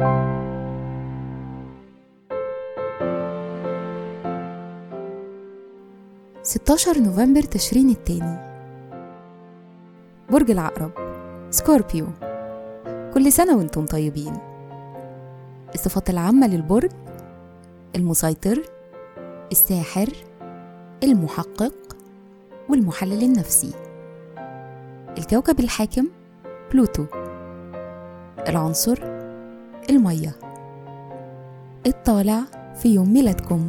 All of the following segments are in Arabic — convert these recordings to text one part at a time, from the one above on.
ستاشر نوفمبر تشرين الثاني. برج العقرب، سكوربيو. كل سنة وانتم طيبين. الصفات العامة للبرج: المسيطر، الساحر، المحقق، والمحلل النفسي. الكوكب الحاكم بلوتو. العنصر المية. الطالع في يوم ميلادكم.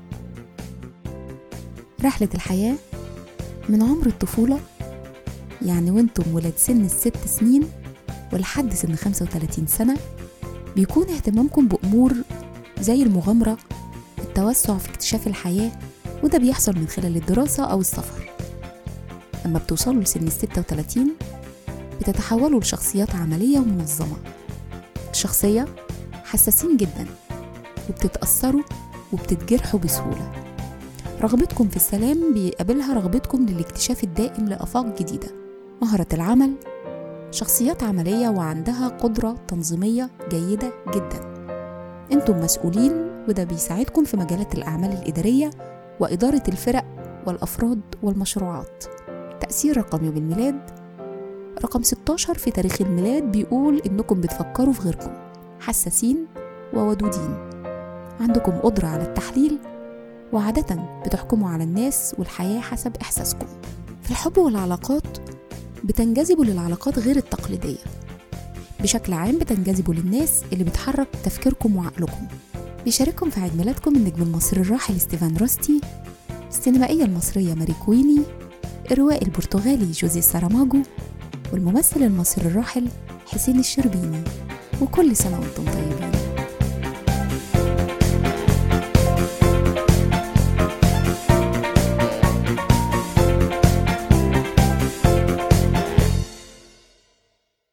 رحلة الحياة من عمر الطفولة، يعني وانتم ولاد سن 6 سنين ولحد سن 35 سنة، بيكون اهتمامكم بأمور زي المغامرة، التوسع في اكتشاف الحياة، وده بيحصل من خلال الدراسة أو السفر. لما بتوصلوا لسن 36 بتتحولوا لشخصيات عملية ومنظمة. الشخصية حساسين جدا، وبتتأثروا وبتتجرحوا بسهولة. رغبتكم في السلام بيقابلها رغبتكم للاكتشاف الدائم لآفاق جديدة. مهارة العمل، شخصيات عملية وعندها قدرة تنظيمية جيدة جدا. انتم مسؤولين، وده بيساعدكم في مجالات الأعمال الإدارية وإدارة الفرق والأفراد والمشروعات. تأثير رقم يوم الميلاد: رقم 16 في تاريخ الميلاد بيقول إنكم بتفكروا في غيركم، حساسين وودودين، عندكم قدرة على التحليل، وعادة بتحكموا على الناس والحياة حسب إحساسكم. في الحب والعلاقات بتنجذبوا للعلاقات غير التقليدية. بشكل عام بتنجذبوا للناس اللي بتحرك تفكيركم وعقلكم. بيشارككم في عيد ميلادكم النجم المصري الراحل ستيفان روستي، السينمائية المصرية ماري كويني، الروائي البرتغالي جوزي ساراماجو، والممثل المصري الراحل حسين الشربيني. وكل سنة وانتم طيبين.